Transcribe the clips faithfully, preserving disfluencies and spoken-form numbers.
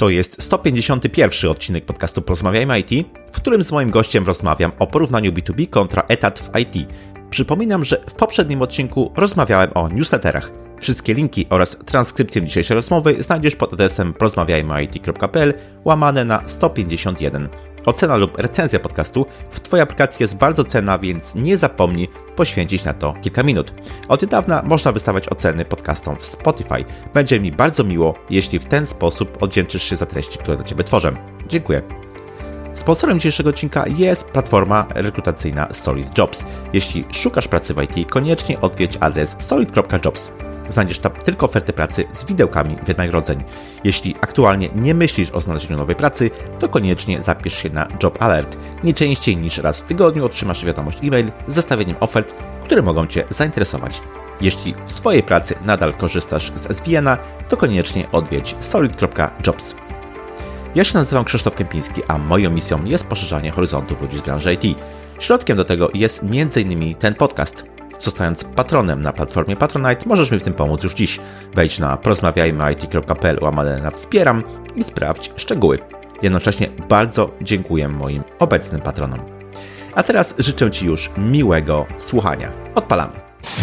To jest sto pięćdziesiąty pierwszy odcinek podcastu Porozmawiajmy I T, w którym z moim gościem rozmawiam o porównaniu B dwa B kontra etat w I T. Przypominam, że w poprzednim odcinku rozmawiałem o newsletterach. Wszystkie linki oraz transkrypcję dzisiejszej rozmowy znajdziesz pod adresem porozmawiajmyit.pl łamane na sto pięćdziesiąt jeden. Ocena lub recenzja podcastu w Twojej aplikacji jest bardzo cenna, więc nie zapomnij poświęcić na to kilka minut. Od niedawna można wystawiać oceny podcastom w Spotify. Będzie mi bardzo miło, jeśli w ten sposób odwdzięczysz się za treści, które dla Ciebie tworzę. Dziękuję. Sponsorem dzisiejszego odcinka jest platforma rekrutacyjna Solid Jobs. Jeśli szukasz pracy w I T, koniecznie odwiedź adres solid kropka jobs. Znajdziesz tam tylko oferty pracy z widełkami wynagrodzeń. Jeśli aktualnie nie myślisz o znalezieniu nowej pracy, to koniecznie zapisz się na Job Alert. Nie częściej niż raz w tygodniu otrzymasz wiadomość e-mail z zestawieniem ofert, które mogą Cię zainteresować. Jeśli w swojej pracy nadal korzystasz z S V N-a, to koniecznie odwiedź solid kropka jobs. Ja się nazywam Krzysztof Kępiński, a moją misją jest poszerzanie horyzontów ludzi z branży I T. Środkiem do tego jest między innymi ten podcast. Zostając patronem na platformie Patronite, możesz mi w tym pomóc już dziś. Wejdź na porozmawiajmyit.pl łamane na wspieram i sprawdź szczegóły. Jednocześnie bardzo dziękuję moim obecnym patronom. A teraz życzę Ci już miłego słuchania. Odpalamy.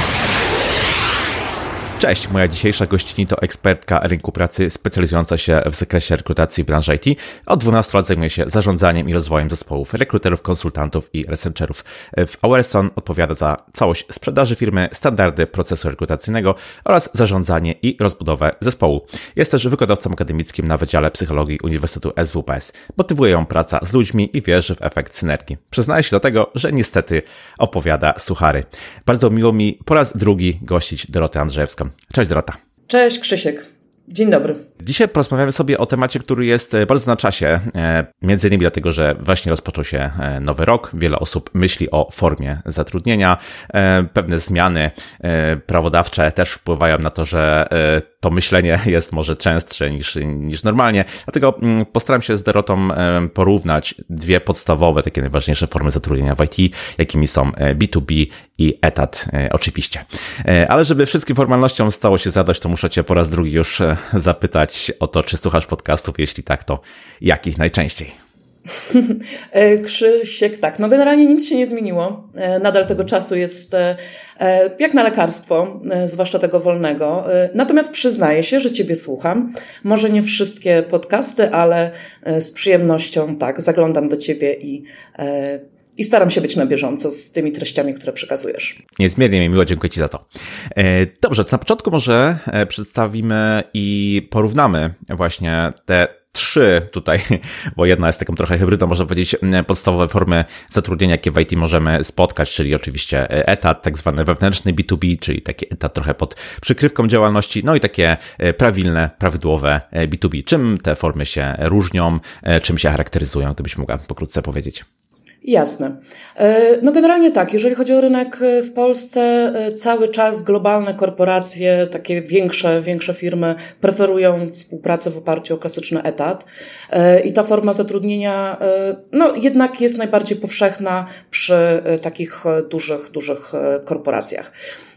Cześć, moja dzisiejsza gościni to ekspertka rynku pracy specjalizująca się w zakresie rekrutacji w branży I T. Od dwunastu lat zajmuje się zarządzaniem i rozwojem zespołów rekruterów, konsultantów i researcherów. W Auerson odpowiada za całość sprzedaży firmy, standardy procesu rekrutacyjnego oraz zarządzanie i rozbudowę zespołu. Jest też wykładowcą akademickim na Wydziale Psychologii Uniwersytetu S W P S. Motywuje ją praca z ludźmi i wierzy w efekt synergii. Przyznaje się do tego, że niestety opowiada suchary. Bardzo miło mi po raz drugi gościć Dorotę Andrzejewską. Cześć Dorota. Cześć Krzysiek. Dzień dobry. Dzisiaj porozmawiamy sobie o temacie, który jest bardzo na czasie, między innymi dlatego, że właśnie rozpoczął się nowy rok. Wiele osób myśli o formie zatrudnienia. Pewne zmiany prawodawcze też wpływają na to, że to myślenie jest może częstsze niż, niż normalnie. Dlatego postaram się z Dorotą porównać dwie podstawowe, takie najważniejsze formy zatrudnienia w I T, jakimi są B dwa B i etat oczywiście. Ale żeby wszystkim formalnościom stało się zadość, to muszę Cię po raz drugi już zapytać o to, czy słuchasz podcastów, jeśli tak, to jakich najczęściej? Krzysiek, tak, no generalnie nic się nie zmieniło. Nadal tego czasu jest jak na lekarstwo, zwłaszcza tego wolnego. Natomiast przyznaję się, że Ciebie słucham. Może nie wszystkie podcasty, ale z przyjemnością tak, zaglądam do Ciebie i I staram się być na bieżąco z tymi treściami, które przekazujesz. Niezmiernie mi miło, dziękuję Ci za to. Dobrze, to na początku może przedstawimy i porównamy właśnie te trzy tutaj, bo jedna jest taką trochę hybrydą, można powiedzieć, podstawowe formy zatrudnienia, jakie w I T możemy spotkać, czyli oczywiście etat, tak zwany wewnętrzny B dwa B, czyli taki etat trochę pod przykrywką działalności, no i takie prawilne, prawidłowe B dwa B. Czym te formy się różnią, czym się charakteryzują, to byś mogła pokrótce powiedzieć. Jasne. No generalnie tak, jeżeli chodzi o rynek w Polsce, cały czas globalne korporacje, takie większe, większe firmy preferują współpracę w oparciu o klasyczny etat i ta forma zatrudnienia no jednak jest najbardziej powszechna przy takich dużych, dużych korporacjach.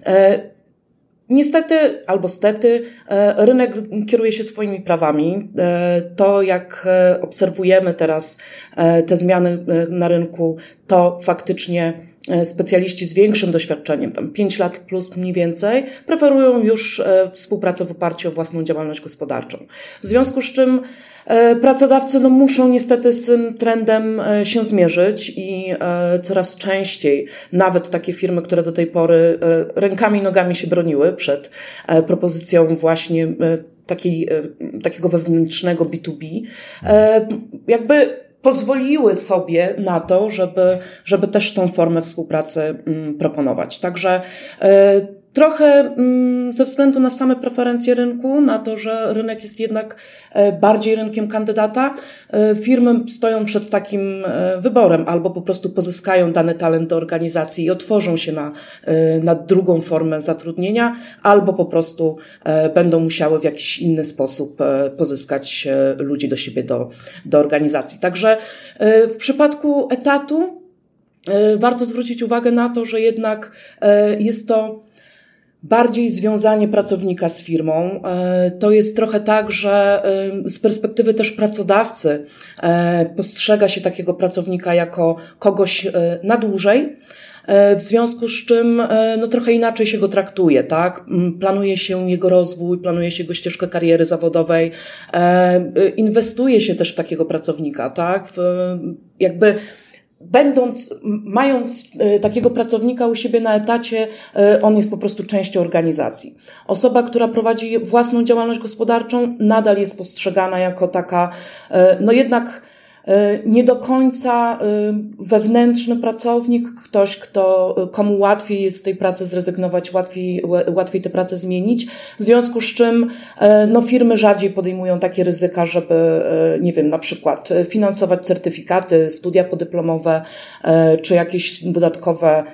Niestety albo stety rynek kieruje się swoimi prawami. To jak obserwujemy teraz te zmiany na rynku, to faktycznie specjaliści z większym doświadczeniem, tam pięć lat plus mniej więcej, preferują już współpracę w oparciu o własną działalność gospodarczą. W związku z czym pracodawcy no, muszą niestety z tym trendem się zmierzyć i coraz częściej nawet takie firmy, które do tej pory rękami i nogami się broniły przed propozycją właśnie takiej, takiego wewnętrznego B dwa B, jakby pozwoliły sobie na to, żeby, żeby też tą formę współpracy mm, proponować. Także y, trochę mm, ze względu na same preferencje rynku, na to, że rynek jest jednak y, bardziej rynkiem kandydata, y, firmy stoją przed takim y, wyborem, albo po prostu pozyskają dany talent do organizacji i otworzą się na, y, na drugą formę zatrudnienia, albo po prostu y, będą musiały w jakiś inny sposób y, pozyskać y, ludzi do siebie, do, do organizacji. Także w przypadku etatu warto zwrócić uwagę na to, że jednak jest to bardziej związanie pracownika z firmą. To jest trochę tak, że z perspektywy też pracodawcy postrzega się takiego pracownika jako kogoś na dłużej, w związku z czym no, trochę inaczej się go traktuje, tak? Planuje się jego rozwój, planuje się jego ścieżkę kariery zawodowej, inwestuje się też w takiego pracownika, tak? W, jakby Będąc, mając takiego pracownika u siebie na etacie, on jest po prostu częścią organizacji. Osoba, która prowadzi własną działalność gospodarczą, nadal jest postrzegana jako taka, no jednak nie do końca wewnętrzny pracownik, ktoś, kto, komu łatwiej jest z tej pracy zrezygnować, łatwiej, łatwiej tę pracę zmienić, w związku z czym no, firmy rzadziej podejmują takie ryzyka, żeby, nie wiem, na przykład finansować certyfikaty, studia podyplomowe, czy jakieś dodatkowe,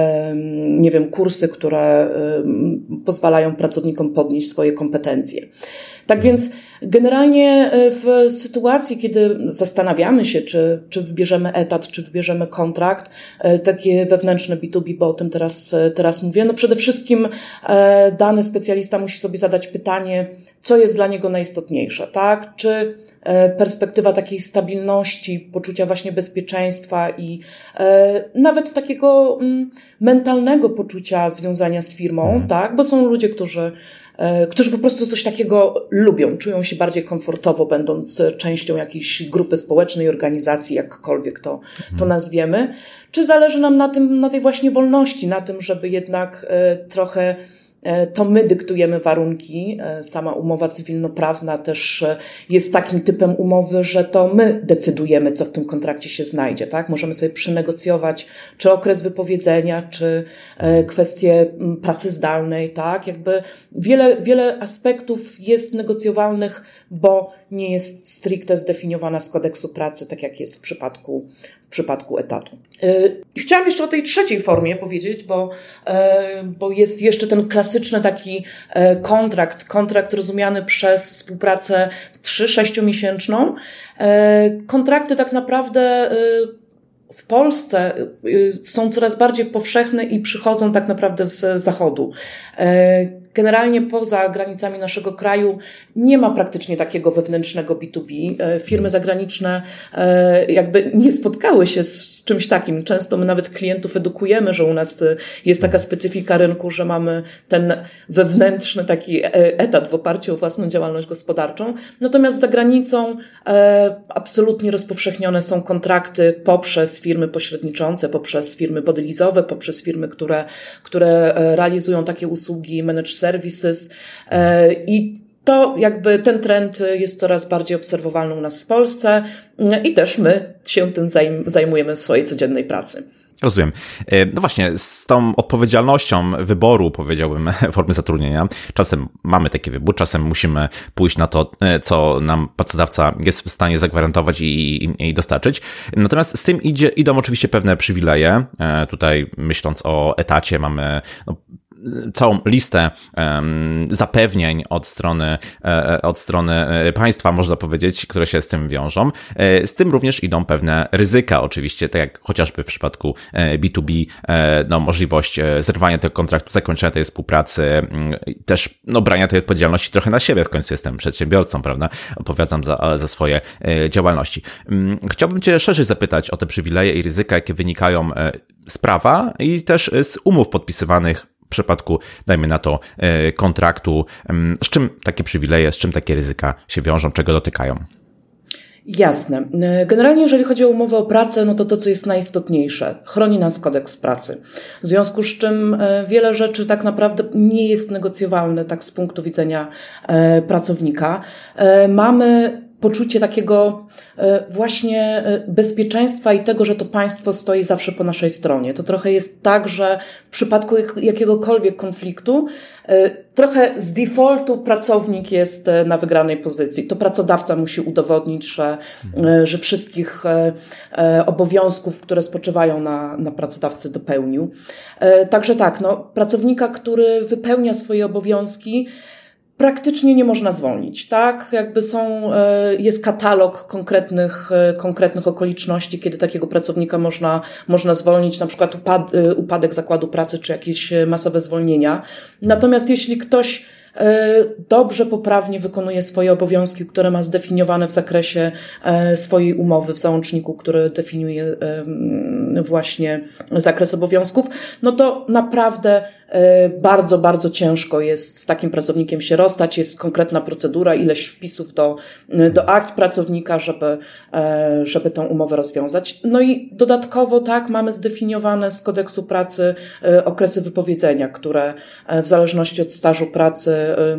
nie wiem, kursy, które pozwalają pracownikom podnieść swoje kompetencje. Tak więc generalnie w sytuacji, kiedy zastanawiamy się, czy, czy wybierzemy etat, czy wybierzemy kontrakt, takie wewnętrzne B dwa B, bo o tym teraz, teraz mówię, no przede wszystkim dany specjalista musi sobie zadać pytanie, co jest dla niego najistotniejsze, tak? Czy perspektywa takiej stabilności, poczucia właśnie bezpieczeństwa i nawet takiego mentalnego poczucia związania z firmą, tak? Bo są ludzie, którzy którzy po prostu coś takiego lubią, czują się bardziej komfortowo, będąc częścią jakiejś grupy społecznej, organizacji, jakkolwiek to, to nazwiemy. Czy zależy nam na tym, na tej właśnie wolności, na tym, żeby jednak trochę to my dyktujemy warunki. Sama umowa cywilnoprawna też jest takim typem umowy, że to my decydujemy, co w tym kontrakcie się znajdzie, tak? Możemy sobie przynegocjować czy okres wypowiedzenia, czy kwestie pracy zdalnej, tak? Jakby wiele, wiele aspektów jest negocjowalnych, bo nie jest stricte zdefiniowana z kodeksu pracy, tak jak jest w przypadku, w przypadku etatu. Chciałam jeszcze o tej trzeciej formie powiedzieć, bo, bo jest jeszcze ten klasyczny taki kontrakt, kontrakt rozumiany przez współpracę trzy-sześciomiesięczną. Kontrakty tak naprawdę w Polsce są coraz bardziej powszechne i przychodzą tak naprawdę z zachodu. Generalnie poza granicami naszego kraju nie ma praktycznie takiego wewnętrznego B dwa B. Firmy zagraniczne jakby nie spotkały się z czymś takim. Często my nawet klientów edukujemy, że u nas jest taka specyfika rynku, że mamy ten wewnętrzny taki etat w oparciu o własną działalność gospodarczą. Natomiast za granicą absolutnie rozpowszechnione są kontrakty poprzez firmy pośredniczące, poprzez firmy bodylizowe, poprzez firmy, które, które realizują takie usługi managed services i to jakby ten trend jest coraz bardziej obserwowalny u nas w Polsce i też my się tym zajmujemy w swojej codziennej pracy. Rozumiem. No właśnie, z tą odpowiedzialnością wyboru, powiedziałbym, formy zatrudnienia, czasem mamy taki wybór, czasem musimy pójść na to, co nam pracodawca jest w stanie zagwarantować i, i, i dostarczyć. Natomiast z tym idzie, idą oczywiście pewne przywileje. Tutaj myśląc o etacie mamy no, całą listę um, zapewnień od strony, e, od strony państwa, można powiedzieć, które się z tym wiążą. E, z tym również idą pewne ryzyka, oczywiście, tak jak chociażby w przypadku B dwa B, e, no, możliwość zerwania tego kontraktu, zakończenia tej współpracy, m, też no, brania tej odpowiedzialności trochę na siebie, w końcu jestem przedsiębiorcą, prawda? Odpowiadam za, za swoje e, działalności. Um, chciałbym Cię szerzej zapytać o te przywileje i ryzyka, jakie wynikają e, z prawa i też z umów podpisywanych w przypadku, dajmy na to, kontraktu. Z czym takie przywileje, z czym takie ryzyka się wiążą, czego dotykają? Jasne. Generalnie jeżeli chodzi o umowę o pracę, no to to, co jest najistotniejsze, chroni nas kodeks pracy. W związku z czym wiele rzeczy tak naprawdę nie jest negocjowalne tak z punktu widzenia pracownika. Mamy poczucie takiego właśnie bezpieczeństwa i tego, że to państwo stoi zawsze po naszej stronie. To trochę jest tak, że w przypadku jakiegokolwiek konfliktu trochę z defaultu pracownik jest na wygranej pozycji. To pracodawca musi udowodnić, że, że wszystkich obowiązków, które spoczywają na, na pracodawcy, dopełnił. Także tak, no, pracownika, który wypełnia swoje obowiązki, praktycznie nie można zwolnić, tak? Jakby są, jest katalog konkretnych, konkretnych okoliczności, kiedy takiego pracownika można, można zwolnić, na przykład upad, upadek zakładu pracy, czy jakieś masowe zwolnienia. Natomiast jeśli ktoś dobrze, poprawnie wykonuje swoje obowiązki, które ma zdefiniowane w zakresie swojej umowy w załączniku, który definiuje właśnie zakres obowiązków, no to naprawdę bardzo, bardzo ciężko jest z takim pracownikiem się rozstać. Jest konkretna procedura, ileś wpisów do, do akt pracownika, żeby, żeby tę umowę rozwiązać. No i dodatkowo tak, mamy zdefiniowane z kodeksu pracy okresy wypowiedzenia, które w zależności od stażu pracy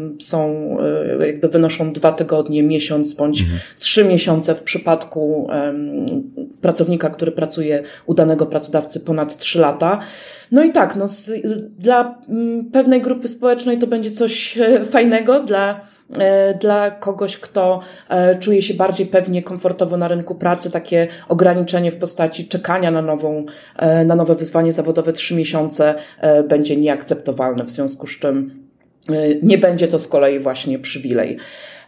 są, jakby wynoszą dwa tygodnie, miesiąc bądź mhm. trzy miesiące w przypadku um, pracownika, który pracuje u danego pracodawcy ponad trzy lata. No i tak, no, z, dla m, pewnej grupy społecznej to będzie coś e, fajnego, dla, e, dla kogoś, kto e, czuje się bardziej pewnie, komfortowo na rynku pracy, takie ograniczenie w postaci czekania na nową, e, na nowe wyzwanie zawodowe trzy miesiące e, będzie nieakceptowalne, w związku z czym nie będzie to z kolei właśnie przywilej.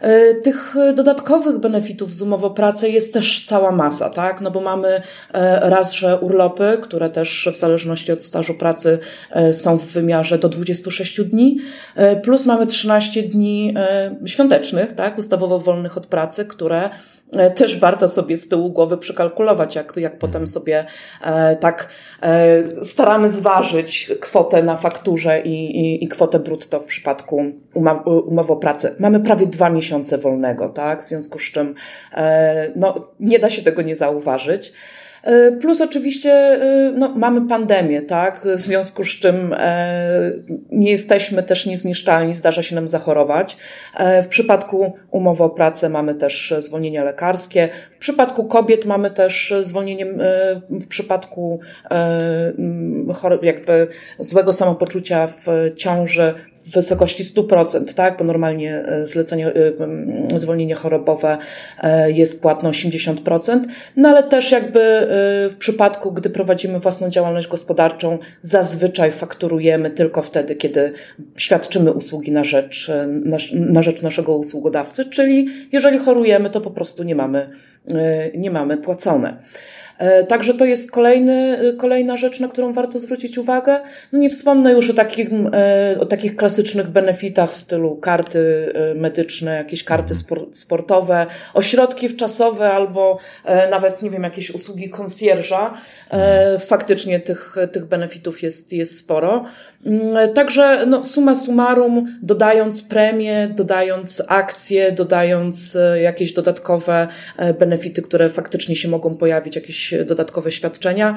Tych dodatkowych benefitów z umową o pracę jest też cała masa, tak? No bo mamy raz, że urlopy, które też w zależności od stażu pracy są w wymiarze do dwudziestu sześciu dni, plus mamy trzynaście dni świątecznych, tak? Ustawowo wolnych od pracy, które też warto sobie z tyłu głowy przekalkulować, jak, jak potem sobie e, tak e, staramy zważyć kwotę na fakturze i, i, i kwotę brutto w przypadku umowy, umowy o pracę. Mamy prawie dwa miesiące wolnego, tak? W związku z czym e, no, nie da się tego nie zauważyć. Plus oczywiście no, mamy pandemię, tak? W związku z czym e, nie jesteśmy też niezniszczalni, zdarza się nam zachorować. E, w przypadku umowy o pracę mamy też zwolnienia lekarskie. W przypadku kobiet mamy też zwolnienie e, w przypadku e, jakby złego samopoczucia w ciąży w wysokości stu procent, tak? Bo normalnie zlecenie, e, zwolnienie chorobowe e, jest płatne osiemdziesiąt procent, no ale też jakby w przypadku, gdy prowadzimy własną działalność gospodarczą, zazwyczaj fakturujemy tylko wtedy, kiedy świadczymy usługi na rzecz, na, na rzecz naszego usługodawcy, czyli jeżeli chorujemy, to po prostu nie mamy, nie mamy płacone. Także to jest kolejny, kolejna rzecz, na którą warto zwrócić uwagę. No nie wspomnę już o takich, o takich klasycznych benefitach w stylu karty medyczne, jakieś karty sportowe, ośrodki wczasowe albo nawet, nie wiem, jakieś usługi konsjerża. Faktycznie tych, tych benefitów jest, jest sporo. Także no, summa summarum, dodając premie, dodając akcje, dodając jakieś dodatkowe benefity, które faktycznie się mogą pojawić, jakieś dodatkowe świadczenia,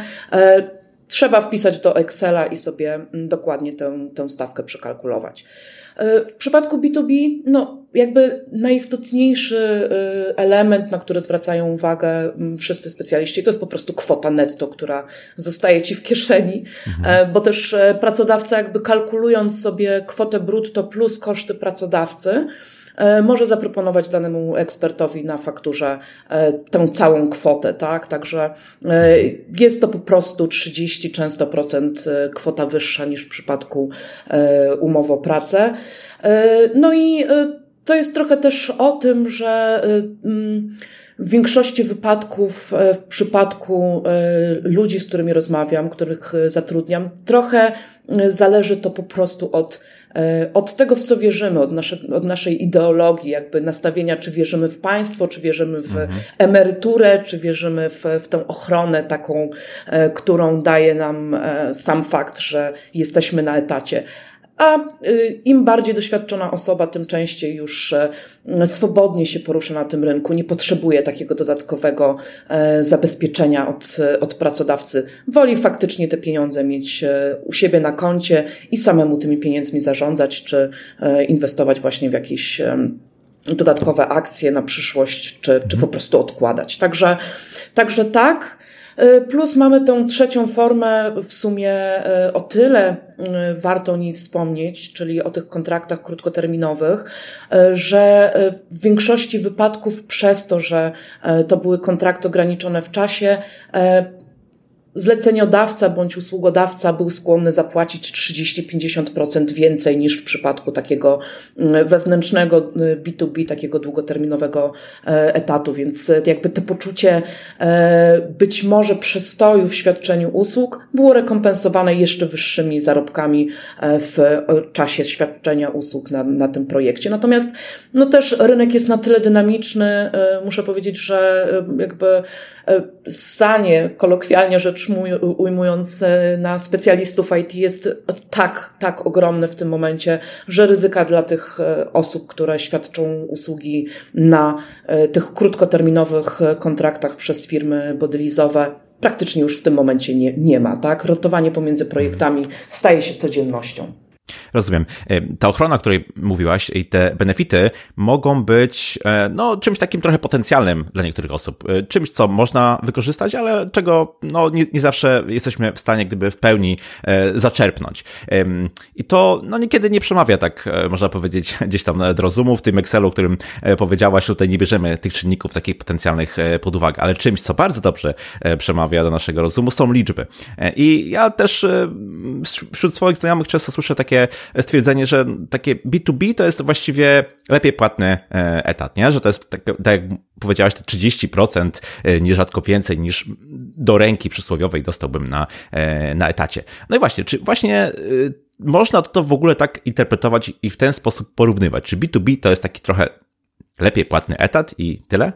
trzeba wpisać do Excela i sobie dokładnie tę, tę stawkę przekalkulować. W przypadku B dwa B, no jakby najistotniejszy element, na który zwracają uwagę wszyscy specjaliści, to jest po prostu kwota netto, która zostaje ci w kieszeni, mhm. bo też pracodawca jakby kalkulując sobie kwotę brutto plus koszty pracodawcy, może zaproponować danemu ekspertowi na fakturze tę całą kwotę, tak? Także jest to po prostu trzydzieści często procent kwota wyższa niż w przypadku umowy o pracę. No i to jest trochę też o tym, że w większości wypadków, w przypadku ludzi, z którymi rozmawiam, których zatrudniam, trochę zależy to po prostu od, od tego, w co wierzymy, od, nasze, od naszej ideologii, jakby nastawienia, czy wierzymy w państwo, czy wierzymy w mhm. emeryturę, czy wierzymy w, w tę ochronę taką, którą daje nam sam fakt, że jesteśmy na etacie. A im bardziej doświadczona osoba, tym częściej już swobodnie się porusza na tym rynku, nie potrzebuje takiego dodatkowego zabezpieczenia od, od pracodawcy. Woli faktycznie te pieniądze mieć u siebie na koncie i samemu tymi pieniędzmi zarządzać, czy inwestować właśnie w jakieś dodatkowe akcje na przyszłość, czy, czy po prostu odkładać. Także, także tak. Plus mamy tę trzecią formę, w sumie o tyle warto o niej wspomnieć, czyli o tych kontraktach krótkoterminowych, że w większości wypadków przez to, że to były kontrakty ograniczone w czasie, zleceniodawca bądź usługodawca był skłonny zapłacić trzydzieści do pięćdziesięciu procent więcej niż w przypadku takiego wewnętrznego B dwa B, takiego długoterminowego etatu, więc jakby to poczucie być może przystoju w świadczeniu usług było rekompensowane jeszcze wyższymi zarobkami w czasie świadczenia usług na, na tym projekcie. Natomiast no też rynek jest na tyle dynamiczny, muszę powiedzieć, że jakby ssanie, kolokwialnie rzecz ujmując, na specjalistów I T jest tak, tak ogromne w tym momencie, że ryzyka dla tych osób, które świadczą usługi na tych krótkoterminowych kontraktach przez firmy bodylizowe, praktycznie już w tym momencie nie, nie ma, tak? Rotowanie pomiędzy projektami staje się codziennością. Rozumiem. Ta ochrona, o której mówiłaś i te benefity mogą być no, czymś takim trochę potencjalnym dla niektórych osób. Czymś, co można wykorzystać, ale czego no, nie, nie zawsze jesteśmy w stanie gdyby w pełni e, zaczerpnąć. E, I to no, niekiedy nie przemawia tak, e, można powiedzieć, gdzieś tam do rozumu. W tym Excelu, o którym e, powiedziałaś, tutaj nie bierzemy tych czynników takich potencjalnych e, pod uwagę, ale czymś, co bardzo dobrze e, przemawia do naszego rozumu, są liczby. E, I ja też e, wśród swoich znajomych często słyszę takie stwierdzenie, że takie B dwa B to jest właściwie lepiej płatny etat, nie? Że to jest, tak, tak jak powiedziałaś, te trzydzieści procent, nierzadko więcej niż do ręki przysłowiowej dostałbym na, na etacie. No i właśnie, czy właśnie można to w ogóle tak interpretować i w ten sposób porównywać? Czy B dwa B to jest taki trochę lepiej płatny etat i tyle?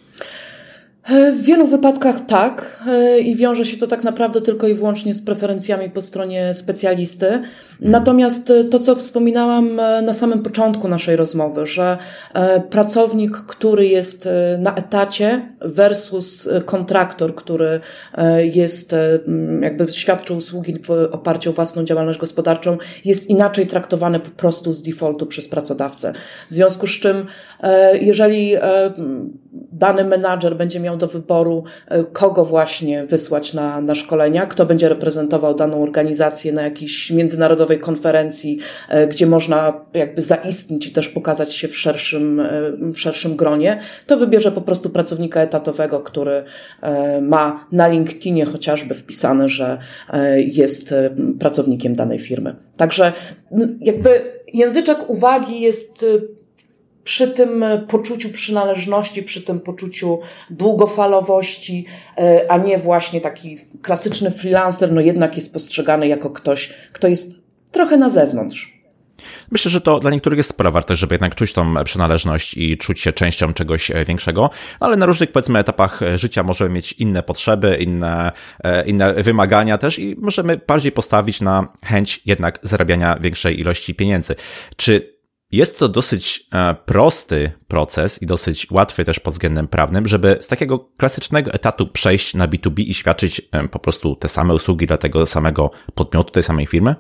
W wielu wypadkach tak i wiąże się to tak naprawdę tylko i wyłącznie z preferencjami po stronie specjalisty. Natomiast to, co wspominałam na samym początku naszej rozmowy, że pracownik, który jest na etacie versus kontraktor, który jest, jakby świadczy usługi w oparciu o własną działalność gospodarczą, jest inaczej traktowany po prostu z defaultu przez pracodawcę. W związku z czym, jeżeli dany menadżer będzie miał do wyboru, kogo właśnie wysłać na, na szkolenia, kto będzie reprezentował daną organizację na jakiejś międzynarodowej konferencji, gdzie można jakby zaistnieć i też pokazać się w szerszym, w szerszym gronie, to wybierze po prostu pracownika etatowego, który ma na LinkedInie chociażby wpisane, że jest pracownikiem danej firmy. Także jakby języczek uwagi jest przy tym poczuciu przynależności, przy tym poczuciu długofalowości, a nie właśnie taki klasyczny freelancer, no jednak jest postrzegany jako ktoś, kto jest trochę na zewnątrz. Myślę, że to dla niektórych jest spora wartość, żeby jednak czuć tą przynależność i czuć się częścią czegoś większego, ale na różnych, powiedzmy, etapach życia możemy mieć inne potrzeby, inne, inne wymagania też i możemy bardziej postawić na chęć jednak zarabiania większej ilości pieniędzy. Czy jest to dosyć prosty proces i dosyć łatwy też pod względem prawnym, żeby z takiego klasycznego etatu przejść na B dwa B i świadczyć po prostu te same usługi dla tego samego podmiotu, tej samej firmy?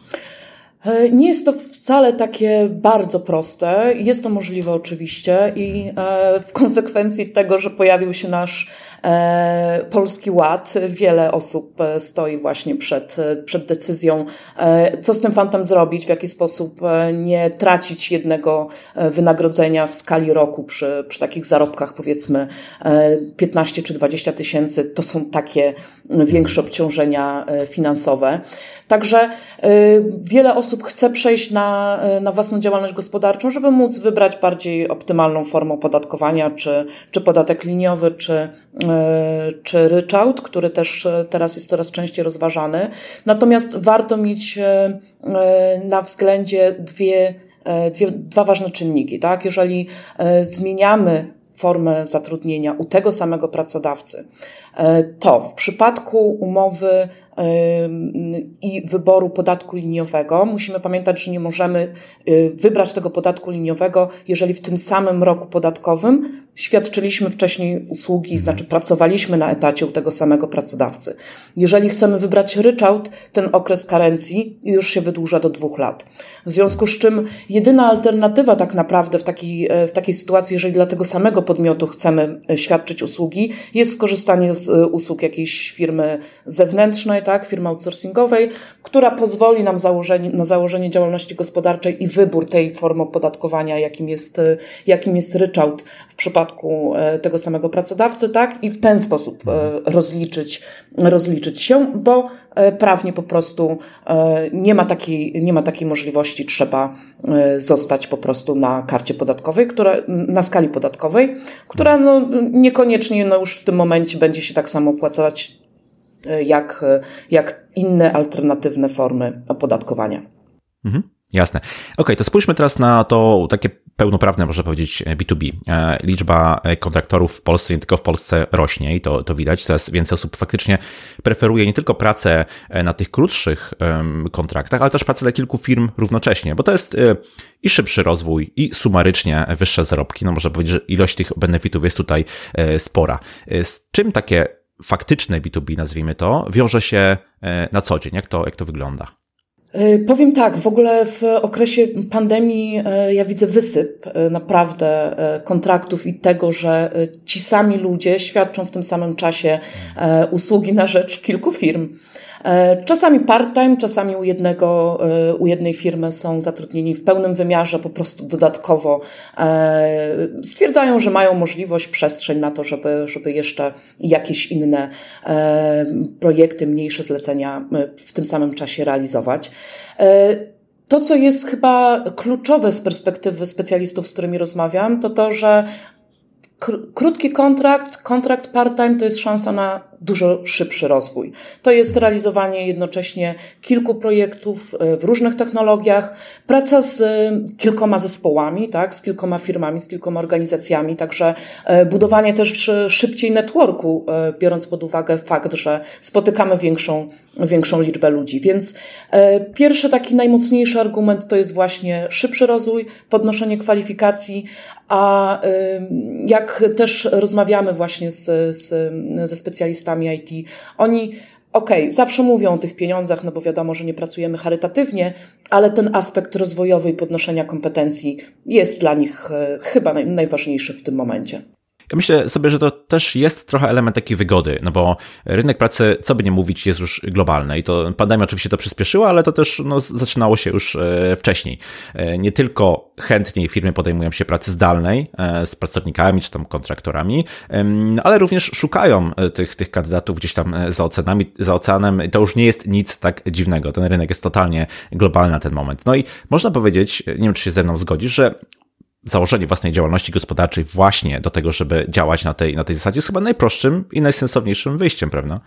Nie jest to wcale takie bardzo proste. Jest to możliwe oczywiście i w konsekwencji tego, że pojawił się nasz Polski Ład, wiele osób stoi właśnie przed, przed decyzją, co z tym fantem zrobić, w jaki sposób nie tracić jednego wynagrodzenia w skali roku przy, przy takich zarobkach powiedzmy piętnaście czy dwadzieścia tysięcy. To są takie większe obciążenia finansowe. Także wiele osób chce przejść na, na własną działalność gospodarczą, żeby móc wybrać bardziej optymalną formę opodatkowania, czy, czy podatek liniowy, czy, czy ryczałt, który też teraz jest coraz częściej rozważany. Natomiast warto mieć na względzie dwie, dwie, dwa ważne czynniki, tak? Jeżeli zmieniamy formę zatrudnienia u tego samego pracodawcy, to w przypadku umowy i wyboru podatku liniowego musimy pamiętać, że nie możemy wybrać tego podatku liniowego, jeżeli w tym samym roku podatkowym świadczyliśmy wcześniej usługi, znaczy pracowaliśmy na etacie u tego samego pracodawcy. Jeżeli chcemy wybrać ryczałt, ten okres karencji już się wydłuża do dwóch lat. W związku z czym jedyna alternatywa tak naprawdę w takiej, w takiej sytuacji, jeżeli dla tego samego podmiotu chcemy świadczyć usługi, jest skorzystanie z usług jakiejś firmy zewnętrznej, tak, firmy outsourcingowej, która pozwoli nam założenie, na założenie działalności gospodarczej i wybór tej formy opodatkowania, jakim jest, jakim jest ryczałt w przypadku przypadku tego samego pracodawcy, tak, i w ten sposób rozliczyć, rozliczyć się, bo prawnie po prostu nie ma takiej, nie ma takiej możliwości, trzeba zostać po prostu na karcie podatkowej, która, na skali podatkowej, która no, niekoniecznie no, już w tym momencie będzie się tak samo opłacać jak, jak inne alternatywne formy opodatkowania. Mhm, jasne. Okej, okay, to spójrzmy teraz na to takie pełnoprawne, można powiedzieć, B dwa B. Liczba kontraktorów w Polsce, nie tylko w Polsce, rośnie i to, to widać. Coraz więcej osób faktycznie preferuje nie tylko pracę na tych krótszych kontraktach, ale też pracę dla kilku firm równocześnie, bo to jest i szybszy rozwój, i sumarycznie wyższe zarobki. No można powiedzieć, że ilość tych benefitów jest tutaj spora. Z czym takie faktyczne B dwa B, nazwijmy to, wiąże się na co dzień? Jak to, jak to wygląda? Powiem tak, w ogóle w okresie pandemii ja widzę wysyp naprawdę kontraktów i tego, że ci sami ludzie świadczą w tym samym czasie usługi na rzecz kilku firm. Czasami part-time, czasami u jednego, u jednej firmy są zatrudnieni w pełnym wymiarze, po prostu dodatkowo stwierdzają, że mają możliwość, przestrzeń na to, żeby, żeby jeszcze jakieś inne projekty, mniejsze zlecenia w tym samym czasie realizować. To, co jest chyba kluczowe z perspektywy specjalistów, z którymi rozmawiam, to to, że krótki kontrakt, kontrakt part-time to jest szansa na dużo szybszy rozwój. To jest realizowanie jednocześnie kilku projektów w różnych technologiach, praca z kilkoma zespołami, tak, z kilkoma firmami, z kilkoma organizacjami, także budowanie też szybciej networku, biorąc pod uwagę fakt, że spotykamy większą, większą liczbę ludzi. Więc pierwszy taki najmocniejszy argument to jest właśnie szybszy rozwój, podnoszenie kwalifikacji, a jak też rozmawiamy właśnie z, z, ze specjalistami I T, oni okej, okay, zawsze mówią o tych pieniądzach, no bo wiadomo, że nie pracujemy charytatywnie, ale ten aspekt rozwojowy i podnoszenia kompetencji jest dla nich chyba naj, najważniejszy w tym momencie. Ja myślę sobie, że to też jest trochę element takiej wygody, no bo rynek pracy, co by nie mówić, jest już globalny i to pandemia oczywiście to przyspieszyła, ale to też no, zaczynało się już wcześniej. Nie tylko chętniej firmy podejmują się pracy zdalnej z pracownikami czy tam kontraktorami, ale również szukają tych, tych kandydatów gdzieś tam za oceanami, za oceanem. To już nie jest nic tak dziwnego. Ten rynek jest totalnie globalny na ten moment. No i można powiedzieć, nie wiem, czy się ze mną zgodzisz, że założenie własnej działalności gospodarczej właśnie do tego, żeby działać na tej, na tej zasadzie jest chyba najprostszym i najsensowniejszym wyjściem, prawda?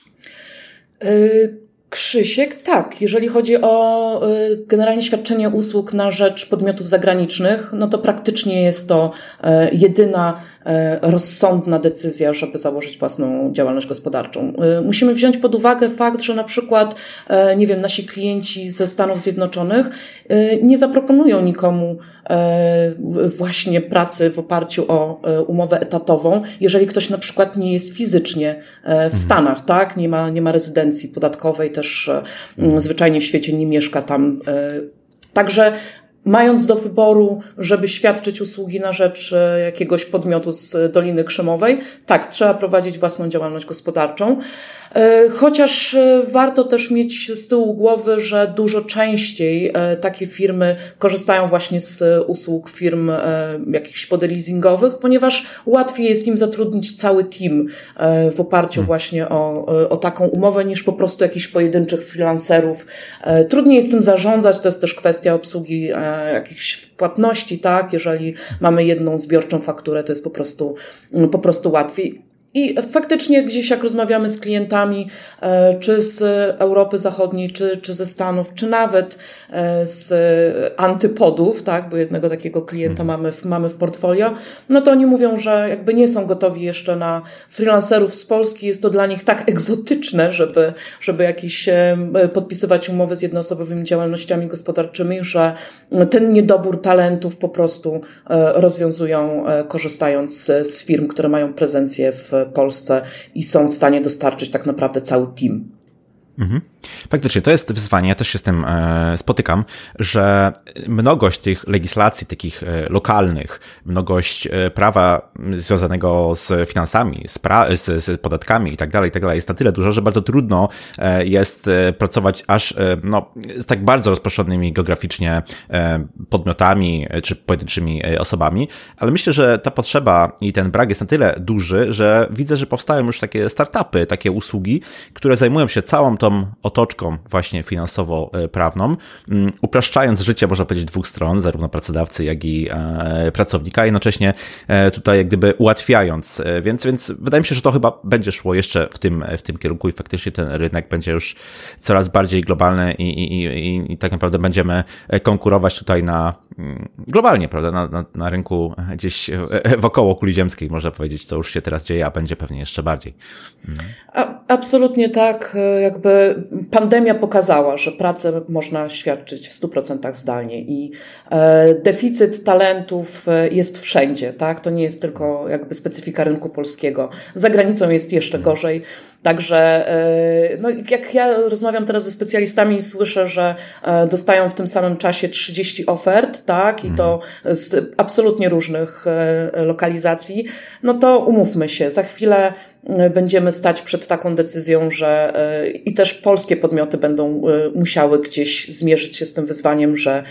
Y- Krzysiek, tak. Jeżeli chodzi o generalnie świadczenie usług na rzecz podmiotów zagranicznych, no to praktycznie jest to jedyna rozsądna decyzja, żeby założyć własną działalność gospodarczą. Musimy wziąć pod uwagę fakt, że na przykład, nie wiem, nasi klienci ze Stanów Zjednoczonych nie zaproponują nikomu właśnie pracy w oparciu o umowę etatową, jeżeli ktoś na przykład nie jest fizycznie w Stanach, tak? Nie ma, nie ma rezydencji podatkowej, też zwyczajnie w świecie nie mieszka tam. Także mając do wyboru, żeby świadczyć usługi na rzecz jakiegoś podmiotu z Doliny Krzemowej, tak, trzeba prowadzić własną działalność gospodarczą. Chociaż warto też mieć z tyłu głowy, że dużo częściej takie firmy korzystają właśnie z usług firm jakichś podleasingowych, ponieważ łatwiej jest im zatrudnić cały team w oparciu hmm. właśnie o, o taką umowę niż po prostu jakichś pojedynczych freelancerów. Trudniej jest tym zarządzać, to jest też kwestia obsługi jakichś płatności, tak? Jeżeli mamy jedną zbiorczą fakturę, to jest po prostu, po prostu łatwiej. I faktycznie gdzieś jak rozmawiamy z klientami, czy z Europy Zachodniej, czy, czy ze Stanów, czy nawet z antypodów, tak, bo jednego takiego klienta mamy w, mamy w portfolio, no to oni mówią, że jakby nie są gotowi jeszcze na freelancerów z Polski, jest to dla nich tak egzotyczne, żeby, żeby jakieś podpisywać umowy z jednoosobowymi działalnościami gospodarczymi, że ten niedobór talentów po prostu rozwiązują korzystając z, z firm, które mają prezencję w Polsce i są w stanie dostarczyć tak naprawdę cały team. Mhm. Faktycznie, to jest wyzwanie, ja też się z tym e, spotykam, że mnogość tych legislacji takich e, lokalnych, mnogość e, prawa związanego z finansami, z, pra- z, z podatkami i tak dalej, i tak dalej jest na tyle dużo, że bardzo trudno e, jest e, pracować aż e, no, z tak bardzo rozproszonymi geograficznie e, podmiotami e, czy pojedynczymi e, osobami, ale myślę, że ta potrzeba i ten brak jest na tyle duży, że widzę, że powstają już takie startupy, takie usługi, które zajmują się całą tą otoczką właśnie finansowo-prawną, upraszczając życie, można powiedzieć, dwóch stron, zarówno pracodawcy, jak i e, pracownika, jednocześnie e, tutaj jak gdyby ułatwiając, e, więc, więc wydaje mi się, że to chyba będzie szło jeszcze w tym, w tym kierunku i faktycznie ten rynek będzie już coraz bardziej globalny i, i, i, i tak naprawdę będziemy konkurować tutaj na globalnie, prawda, na, na, na rynku gdzieś wokoło kuli ziemskiej, można powiedzieć, co już się teraz dzieje, a będzie pewnie jeszcze bardziej. Mhm. A, absolutnie tak, jakby pandemia pokazała, że pracę można świadczyć w stu procentach zdalnie i e, deficyt talentów jest wszędzie, tak, to nie jest tylko jakby specyfika rynku polskiego, za granicą jest jeszcze gorzej, także e, no jak ja rozmawiam teraz ze specjalistami i słyszę, że e, dostają w tym samym czasie trzydzieści ofert, tak, i to z absolutnie różnych e, lokalizacji, no to umówmy się, za chwilę będziemy stać przed taką decyzją, że i też polskie podmioty będą musiały gdzieś zmierzyć się z tym wyzwaniem, że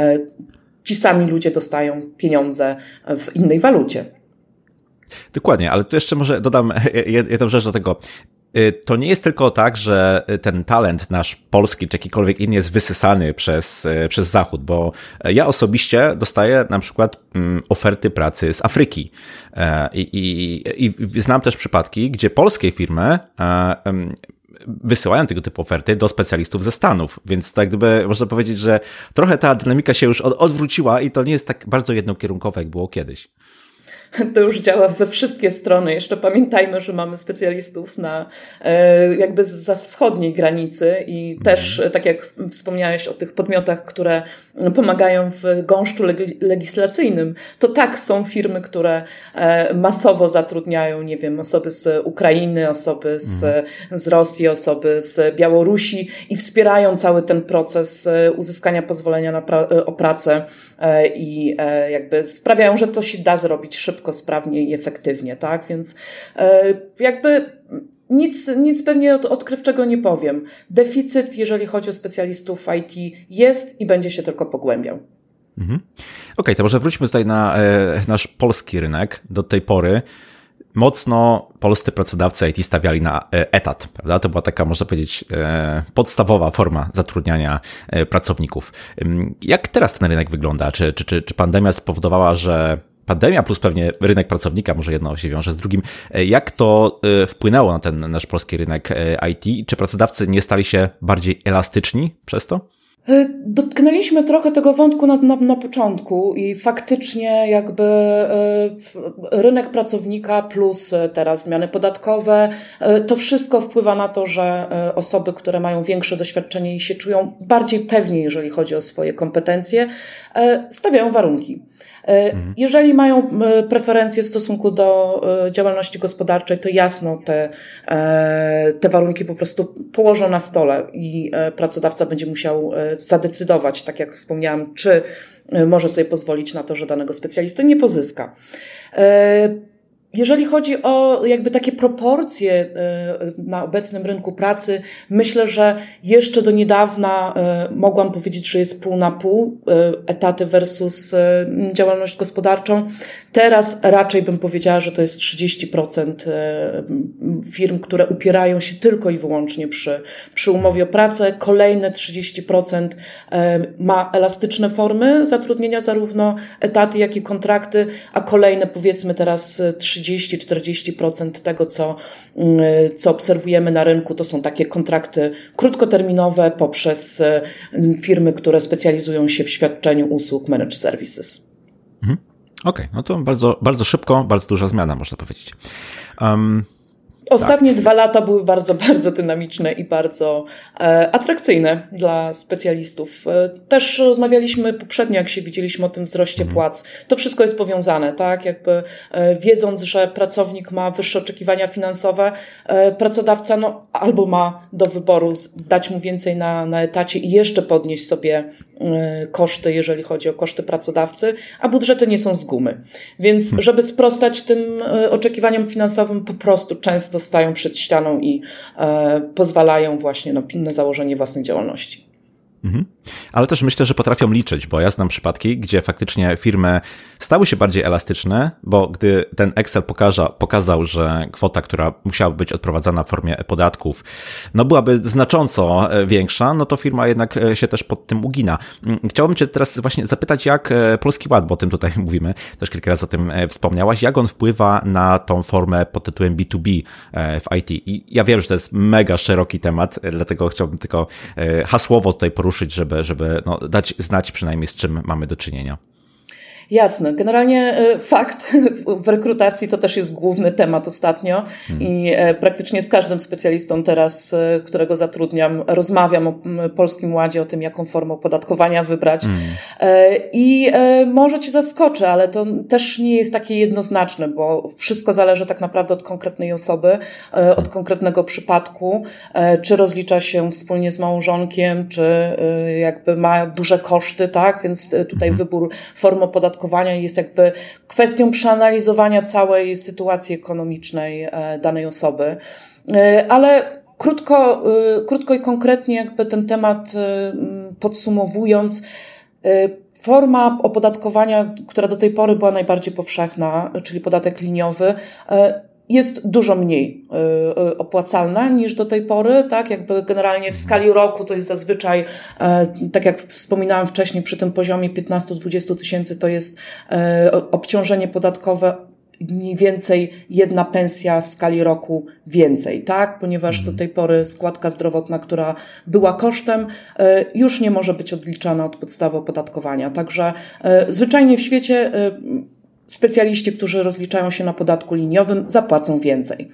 ci sami ludzie dostają pieniądze w innej walucie. Dokładnie, ale tu jeszcze może dodam jedną rzecz do tego. To nie jest tylko tak, że ten talent nasz polski czy jakikolwiek inny jest wysysany przez, przez Zachód, bo ja osobiście dostaję na przykład oferty pracy z Afryki i, i, i znam też przypadki, gdzie polskie firmy wysyłają tego typu oferty do specjalistów ze Stanów, więc tak gdyby można powiedzieć, że trochę ta dynamika się już odwróciła i to nie jest tak bardzo jednokierunkowe, jak było kiedyś. To już działa we wszystkie strony. Jeszcze pamiętajmy, że mamy specjalistów na jakby za wschodniej granicy i też, tak jak wspomniałeś o tych podmiotach, które pomagają w gąszczu legislacyjnym, to tak, są firmy, które masowo zatrudniają, nie wiem, osoby z Ukrainy, osoby z, z Rosji, osoby z Białorusi i wspierają cały ten proces uzyskania pozwolenia na pra- o pracę i jakby sprawiają, że to się da zrobić szybko, sprawnie i efektywnie, tak? Więc e, jakby nic, nic pewnie od, odkrywczego nie powiem. Deficyt, jeżeli chodzi o specjalistów w I T, jest i będzie się tylko pogłębiał. Mhm. Okej, okay, to może wróćmy tutaj na e, nasz polski rynek. Do tej pory mocno polscy pracodawcy I T stawiali na etat, prawda? To była taka, można powiedzieć, podstawowa forma zatrudniania pracowników. Jak teraz ten rynek wygląda? Czy, czy, czy, czy pandemia spowodowała, że pandemia plus pewnie rynek pracownika, może jedno się wiąże z drugim. Jak to wpłynęło na ten nasz polski rynek I T? Czy pracodawcy nie stali się bardziej elastyczni przez to? Dotknęliśmy trochę tego wątku na, na, na początku i faktycznie jakby rynek pracownika plus teraz zmiany podatkowe, to wszystko wpływa na to, że osoby, które mają większe doświadczenie i się czują bardziej pewnie, jeżeli chodzi o swoje kompetencje, stawiają warunki. Jeżeli mają preferencje w stosunku do działalności gospodarczej, to jasno te, te warunki po prostu położą na stole i pracodawca będzie musiał zadecydować, tak jak wspomniałam, czy może sobie pozwolić na to, że danego specjalisty nie pozyska. Jeżeli chodzi o jakby takie proporcje na obecnym rynku pracy, myślę, że jeszcze do niedawna mogłam powiedzieć, że jest pół na pół, etaty versus działalność gospodarczą. Teraz raczej bym powiedziała, że to jest trzydzieści procent firm, które upierają się tylko i wyłącznie przy, przy umowie o pracę. Kolejne trzydzieści procent ma elastyczne formy zatrudnienia, zarówno etaty, jak i kontrakty, a kolejne powiedzmy teraz trzydzieści do czterdziestu procent tego, co, co obserwujemy na rynku, to są takie kontrakty krótkoterminowe poprzez firmy, które specjalizują się w świadczeniu usług managed services. Mhm. Okej, okay, no to bardzo, bardzo szybko, bardzo duża zmiana, można powiedzieć. Um... Ostatnie tak. dwa lata były bardzo, bardzo dynamiczne i bardzo e, atrakcyjne dla specjalistów. E, też rozmawialiśmy poprzednio, jak się widzieliśmy o tym wzroście mhm. płac. To wszystko jest powiązane, tak? Jakby e, wiedząc, że pracownik ma wyższe oczekiwania finansowe, e, pracodawca no, albo ma do wyboru dać mu więcej na, na etacie i jeszcze podnieść sobie e, koszty, jeżeli chodzi o koszty pracodawcy, a budżety nie są z gumy. Więc hmm. żeby sprostać tym e, oczekiwaniom finansowym, po prostu często stają przed ścianą i e, pozwalają właśnie na, na założenie własnej działalności. Mhm. Ale też myślę, że potrafią liczyć, bo ja znam przypadki, gdzie faktycznie firmy stały się bardziej elastyczne, bo gdy ten Excel pokaża, pokazał, że kwota, która musiała być odprowadzana w formie podatków, no byłaby znacząco większa, no to firma jednak się też pod tym ugina. Chciałbym Cię teraz właśnie zapytać, jak Polski Ład, bo o tym tutaj mówimy, też kilka razy o tym wspomniałaś, jak on wpływa na tą formę pod tytułem B dwa B w I T. I ja wiem, że to jest mega szeroki temat, dlatego chciałbym tylko hasłowo tutaj poruszyć, żeby, żeby no, dać znać przynajmniej, z czym mamy do czynienia. Jasne. Generalnie fakt w rekrutacji to też jest główny temat ostatnio hmm. i praktycznie z każdym specjalistą teraz, którego zatrudniam, rozmawiam o Polskim Ładzie, o tym, jaką formę opodatkowania wybrać. Hmm. I może Cię zaskoczę, ale to też nie jest takie jednoznaczne, bo wszystko zależy tak naprawdę od konkretnej osoby, hmm. od konkretnego przypadku, czy rozlicza się wspólnie z małżonkiem, czy jakby ma duże koszty, tak? Więc tutaj hmm. wybór formy opodatkowania jest jakby kwestią przeanalizowania całej sytuacji ekonomicznej danej osoby. Ale krótko, krótko i konkretnie jakby ten temat podsumowując, forma opodatkowania, która do tej pory była najbardziej powszechna, czyli podatek liniowy, jest dużo mniej y, opłacalna niż do tej pory, tak? Jakby generalnie w skali roku to jest zazwyczaj, y, tak jak wspominałam wcześniej, przy tym poziomie piętnaście do dwudziestu tysięcy to jest y, obciążenie podatkowe mniej więcej jedna pensja w skali roku więcej, tak? Ponieważ do tej pory składka zdrowotna, która była kosztem, y, już nie może być odliczana od podstawy opodatkowania. Także y, zwyczajnie w świecie y, specjaliści, którzy rozliczają się na podatku liniowym, zapłacą więcej.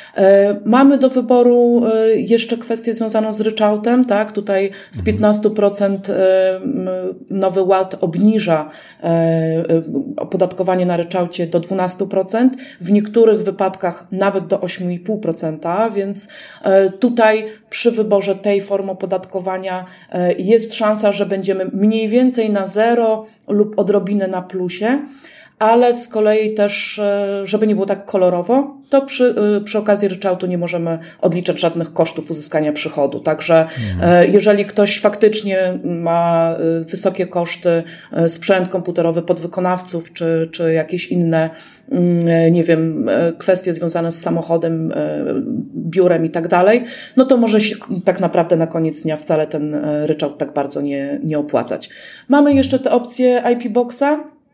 Mamy do wyboru jeszcze kwestię związaną z ryczałtem, tak? Tutaj z piętnaście procent Nowy Ład obniża opodatkowanie na ryczałcie do dwanaście procent, w niektórych wypadkach nawet do osiem i pół procent, więc tutaj przy wyborze tej formy opodatkowania jest szansa, że będziemy mniej więcej na zero lub odrobinę na plusie. Ale z kolei też, żeby nie było tak kolorowo, to przy, przy okazji ryczałtu nie możemy odliczać żadnych kosztów uzyskania przychodu. Także mhm. jeżeli ktoś faktycznie ma wysokie koszty, sprzęt komputerowy podwykonawców, czy, czy jakieś inne, nie wiem, kwestie związane z samochodem, biurem i tak dalej, no to może się tak naprawdę na koniec dnia wcale ten ryczałt tak bardzo nie, nie opłacać. Mamy jeszcze tę opcję I P Boxa.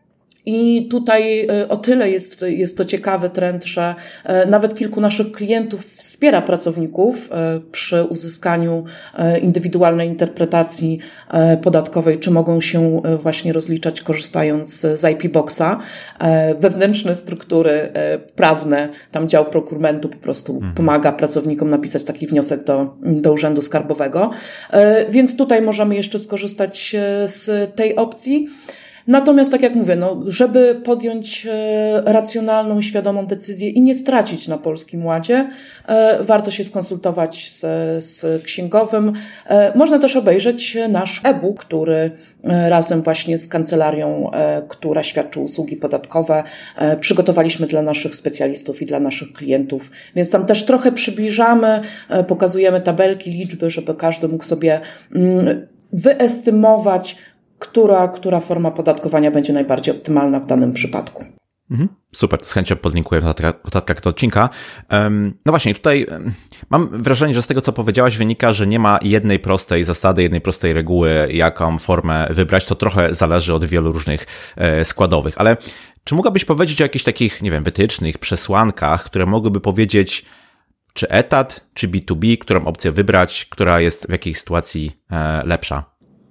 I tutaj o tyle jest, jest to ciekawy trend, że nawet kilku naszych klientów wspiera pracowników przy uzyskaniu indywidualnej interpretacji podatkowej, czy mogą się właśnie rozliczać korzystając z I P Boxa. Wewnętrzne struktury prawne, tam dział prokurentu po prostu mhm. pomaga pracownikom napisać taki wniosek do, do Urzędu Skarbowego. Więc tutaj możemy jeszcze skorzystać z tej opcji. Natomiast, tak jak mówię, no, żeby podjąć e, racjonalną, świadomą decyzję i nie stracić na Polskim Ładzie, e, warto się skonsultować z, z księgowym. E, można też obejrzeć nasz e-book, który e, razem właśnie z kancelarią, e, która świadczy usługi podatkowe, e, przygotowaliśmy dla naszych specjalistów i dla naszych klientów. Więc tam też trochę przybliżamy, e, pokazujemy tabelki, liczby, żeby każdy mógł sobie mm, wyestymować, która, która forma podatkowania będzie najbardziej optymalna w danym przypadku. Mhm. Super, z chęcią podlinkuję w notatkach do odcinka. No właśnie, tutaj mam wrażenie, że z tego, co powiedziałaś, wynika, że nie ma jednej prostej zasady, jednej prostej reguły, jaką formę wybrać. To trochę zależy od wielu różnych składowych. Ale czy mogłabyś powiedzieć o jakichś takich, nie wiem, wytycznych, przesłankach, które mogłyby powiedzieć, czy etat, czy B dwa B, którą opcję wybrać, która jest w jakiej sytuacji lepsza?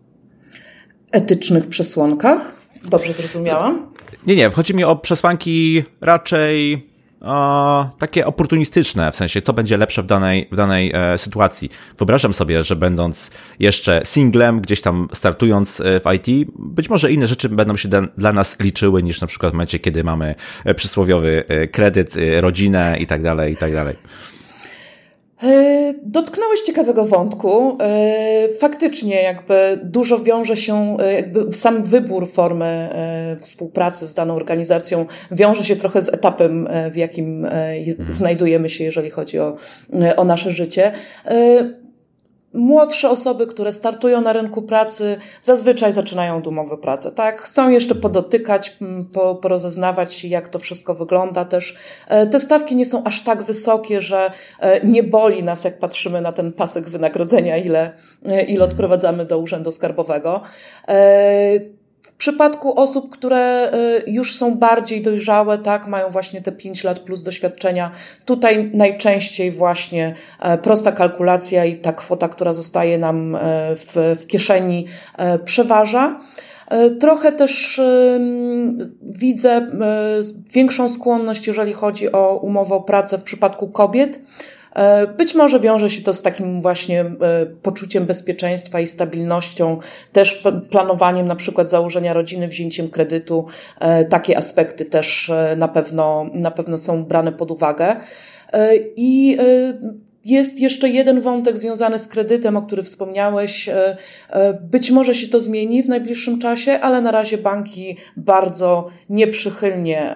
Etycznych przesłankach? Dobrze zrozumiałam? Nie, nie, chodzi mi o przesłanki raczej o, takie oportunistyczne, w sensie co będzie lepsze w danej, w danej e, sytuacji. Wyobrażam sobie, że będąc jeszcze singlem, gdzieś tam startując w I T, być może inne rzeczy będą się da, dla nas liczyły niż na przykład w momencie, kiedy mamy przysłowiowy kredyt, rodzinę i tak dalej, i tak dalej. Dotknąłeś ciekawego wątku. Faktycznie jakby dużo wiąże się, jakby sam wybór formy współpracy z daną organizacją wiąże się trochę z etapem, w jakim hmm. znajdujemy się, jeżeli chodzi o, o nasze życie. Młodsze osoby, które startują na rynku pracy, zazwyczaj zaczynają od umowy pracy, tak? Chcą jeszcze podotykać, po, porozeznawać się, jak to wszystko wygląda też. Te stawki nie są aż tak wysokie, że nie boli nas, jak patrzymy na ten pasek wynagrodzenia, ile, ile odprowadzamy do Urzędu Skarbowego. W przypadku osób, które już są bardziej dojrzałe, tak, mają właśnie te pięć lat plus doświadczenia, tutaj najczęściej właśnie prosta kalkulacja i ta kwota, która zostaje nam w, w kieszeni, przeważa. Trochę też widzę większą skłonność, jeżeli chodzi o umowę o pracę w przypadku kobiet. Być może wiąże się to z takim właśnie poczuciem bezpieczeństwa i stabilnością, też planowaniem na przykład założenia rodziny, wzięciem kredytu. Takie aspekty też na pewno, na pewno są brane pod uwagę. I jest jeszcze jeden wątek związany z kredytem, o którym wspomniałeś. Być może się to zmieni w najbliższym czasie, ale na razie banki bardzo nieprzychylnie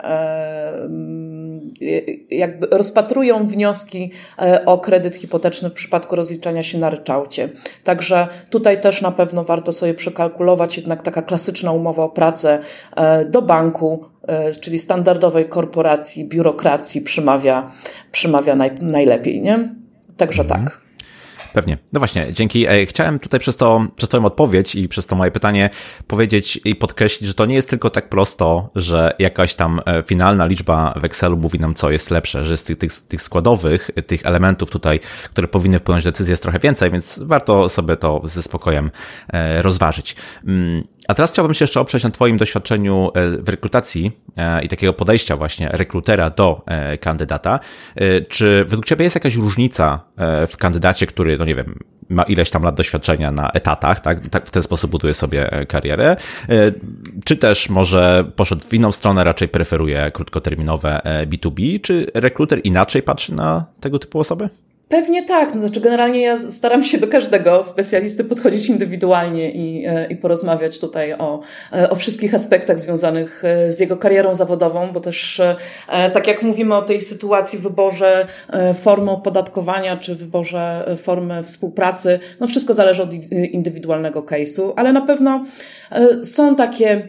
jakby rozpatrują wnioski o kredyt hipoteczny w przypadku rozliczania się na ryczałcie. Także tutaj też na pewno warto sobie przekalkulować, jednak taka klasyczna umowa o pracę do banku, czyli standardowej korporacji, biurokracji przymawia, przymawia naj, najlepiej, nie? Także mhm. tak. Pewnie. No właśnie, dzięki. Chciałem tutaj przez to, przez twoją odpowiedź i przez to moje pytanie powiedzieć i podkreślić, że to nie jest tylko tak prosto, że jakaś tam finalna liczba w Excelu mówi nam, co jest lepsze, że z tych, tych, tych składowych, tych elementów tutaj, które powinny wpłynąć decyzję, jest trochę więcej, więc warto sobie to ze spokojem rozważyć. A teraz chciałbym się jeszcze oprzeć na twoim doświadczeniu w rekrutacji i takiego podejścia właśnie rekrutera do kandydata. Czy według ciebie jest jakaś różnica w kandydacie, który, no nie wiem, ma ileś tam lat doświadczenia na etatach, tak, tak w ten sposób buduje sobie karierę, czy też może poszedł w inną stronę, raczej preferuje krótkoterminowe B dwa B, czy rekruter inaczej patrzy na tego typu osoby? Pewnie tak, no, znaczy generalnie ja staram się do każdego specjalisty podchodzić indywidualnie i, i porozmawiać tutaj o, o wszystkich aspektach związanych z jego karierą zawodową, bo też tak jak mówimy o tej sytuacji w wyborze formy opodatkowania czy wyborze formy współpracy, no wszystko zależy od indywidualnego case'u, ale na pewno są takie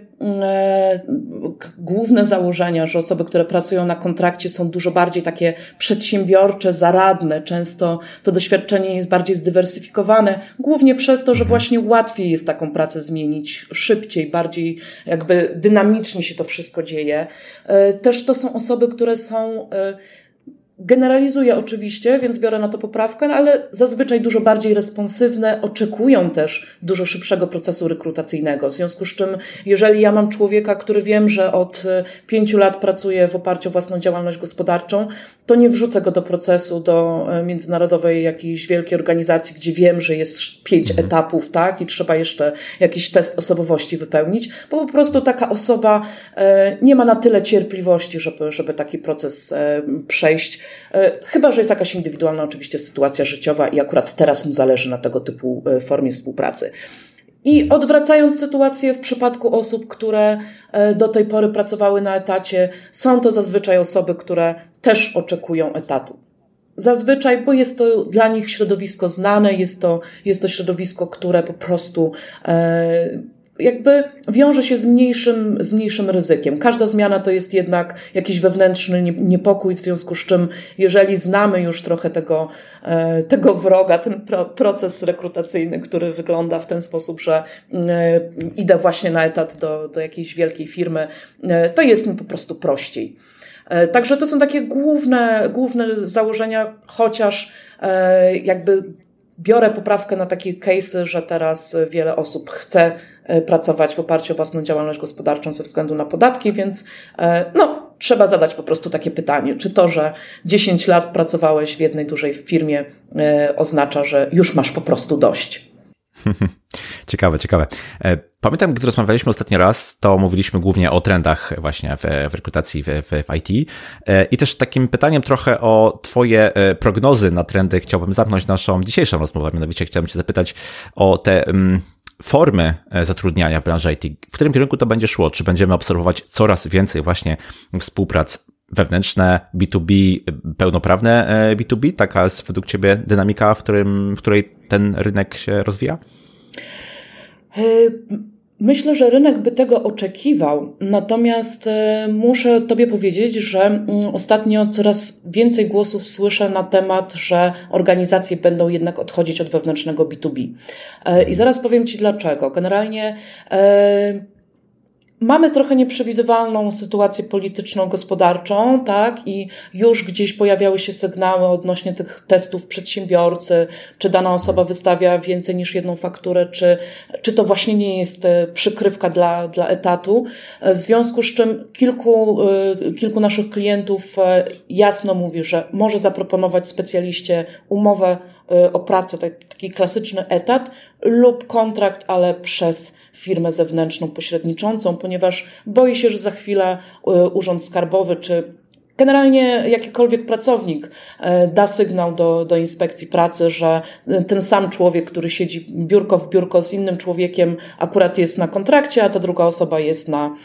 główne założenia, że osoby, które pracują na kontrakcie, są dużo bardziej takie przedsiębiorcze, zaradne. Często to doświadczenie jest bardziej zdywersyfikowane, głównie przez to, że właśnie łatwiej jest taką pracę zmienić, szybciej, bardziej jakby dynamicznie się to wszystko dzieje. Też to są osoby, które są... Generalizuję oczywiście, więc biorę na to poprawkę, ale zazwyczaj dużo bardziej responsywne, oczekują też dużo szybszego procesu rekrutacyjnego. W związku z czym, jeżeli ja mam człowieka, który wiem, że od pięciu lat pracuje w oparciu o własną działalność gospodarczą, to nie wrzucę go do procesu, do międzynarodowej jakiejś wielkiej organizacji, gdzie wiem, że jest pięć mhm. etapów, tak, i trzeba jeszcze jakiś test osobowości wypełnić, bo po prostu taka osoba nie ma na tyle cierpliwości, żeby, żeby taki proces przejść. Chyba że jest jakaś indywidualna oczywiście sytuacja życiowa i akurat teraz mu zależy na tego typu formie współpracy. I odwracając sytuację w przypadku osób, które do tej pory pracowały na etacie, są to zazwyczaj osoby, które też oczekują etatu. Zazwyczaj, bo jest to dla nich środowisko znane, jest to, jest to środowisko, które po prostu e, jakby wiąże się z mniejszym, z mniejszym ryzykiem. Każda zmiana to jest jednak jakiś wewnętrzny niepokój, w związku z czym jeżeli znamy już trochę tego, tego wroga, ten pro, proces rekrutacyjny, który wygląda w ten sposób, że idę właśnie na etat do, do jakiejś wielkiej firmy, to jest mi po prostu prościej. Także to są takie główne, główne założenia, chociaż jakby biorę poprawkę na takie case'y, że teraz wiele osób chce pracować w oparciu o własną działalność gospodarczą ze względu na podatki, więc no, trzeba zadać po prostu takie pytanie, czy to, że dziesięć lat pracowałeś w jednej dużej firmie e, oznacza, że już masz po prostu dość. Ciekawe, ciekawe. Pamiętam, gdy rozmawialiśmy ostatni raz, to mówiliśmy głównie o trendach właśnie w, w rekrutacji w, w, w I T i też takim pytaniem trochę o twoje prognozy na trendy chciałbym zamknąć naszą dzisiejszą rozmowę, mianowicie chciałbym cię zapytać o te um, formy zatrudniania w branży I T. W którym kierunku to będzie szło? Czy będziemy obserwować coraz więcej właśnie współprac wewnętrzne, B dwa B, pełnoprawne B dwa B? Taka jest według ciebie dynamika, w, którym, w której ten rynek się rozwija? Myślę, że rynek by tego oczekiwał, natomiast muszę tobie powiedzieć, że ostatnio coraz więcej głosów słyszę na temat, że organizacje będą jednak odchodzić od wewnętrznego B dwa B. I zaraz powiem ci dlaczego. Generalnie mamy trochę nieprzewidywalną sytuację polityczną, gospodarczą, tak? I już gdzieś pojawiały się sygnały odnośnie tych testów przedsiębiorcy, czy dana osoba wystawia więcej niż jedną fakturę, czy, czy to właśnie nie jest przykrywka dla, dla etatu. W związku z czym kilku, kilku naszych klientów jasno mówi, że może zaproponować specjaliście umowę o pracę, taki klasyczny etat lub kontrakt, ale przez firmę zewnętrzną pośredniczącą, ponieważ boi się, że za chwilę Urząd Skarbowy czy generalnie jakikolwiek pracownik da sygnał do, do inspekcji pracy, że ten sam człowiek, który siedzi biurko w biurko z innym człowiekiem, akurat jest na kontrakcie, a ta druga osoba jest na,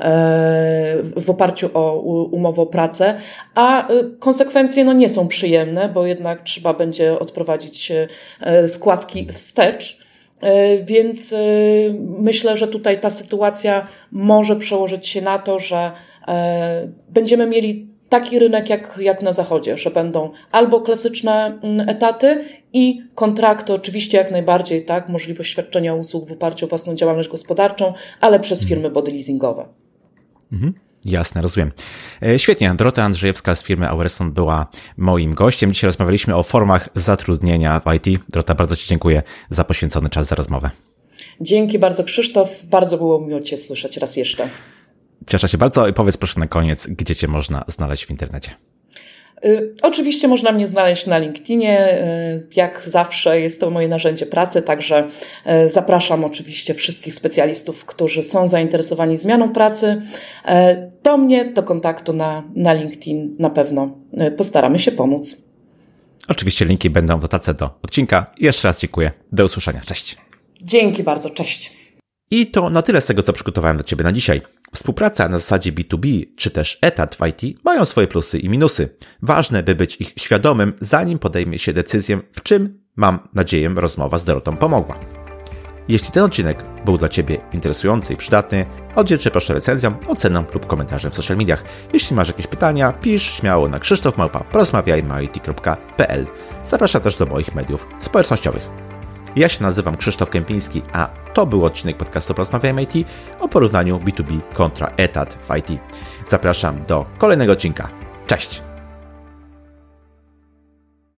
w oparciu o umowę o pracę, a konsekwencje no, nie są przyjemne, bo jednak trzeba będzie odprowadzić składki wstecz. Więc myślę, że tutaj ta sytuacja może przełożyć się na to, że będziemy mieli taki rynek jak, jak na zachodzie, że będą albo klasyczne etaty i kontrakty, oczywiście jak najbardziej, tak, możliwość świadczenia usług w oparciu o własną działalność gospodarczą, ale przez firmy body leasingowe. Mhm. Jasne, rozumiem. Świetnie. Dorota Andrzejewska z firmy Auerson była moim gościem. Dzisiaj rozmawialiśmy o formach zatrudnienia w I T. Dorota, bardzo ci dziękuję za poświęcony czas, za rozmowę. Dzięki bardzo, Krzysztof. Bardzo było miło cię słyszeć raz jeszcze. Cieszę się bardzo i powiedz proszę na koniec, gdzie cię można znaleźć w internecie. Oczywiście można mnie znaleźć na LinkedInie, jak zawsze jest to moje narzędzie pracy, także zapraszam oczywiście wszystkich specjalistów, którzy są zainteresowani zmianą pracy, do mnie, do kontaktu na, na LinkedIn na pewno postaramy się pomóc. Oczywiście linki będą w notatce do odcinka. Jeszcze raz dziękuję. Do usłyszenia. Cześć. Dzięki bardzo. Cześć. I to na tyle z tego, co przygotowałem dla ciebie na dzisiaj. Współpraca na zasadzie B dwa B czy też etat w I T mają swoje plusy i minusy. Ważne, by być ich świadomym, zanim podejmie się decyzję, w czym, mam nadzieję, rozmowa z Dorotą pomogła. Jeśli ten odcinek był dla ciebie interesujący i przydatny, oddzielcie proszę recenzją, oceną lub komentarzem w social mediach. Jeśli masz jakieś pytania, pisz śmiało na krzysztof małpa porozmawiajmy i t kropka p l. Zapraszam też do moich mediów społecznościowych. Ja się nazywam Krzysztof Kępiński, a to był odcinek podcastu Porozmawiajmy I T o porównaniu B dwa B kontra etat w I T. Zapraszam do kolejnego odcinka. Cześć!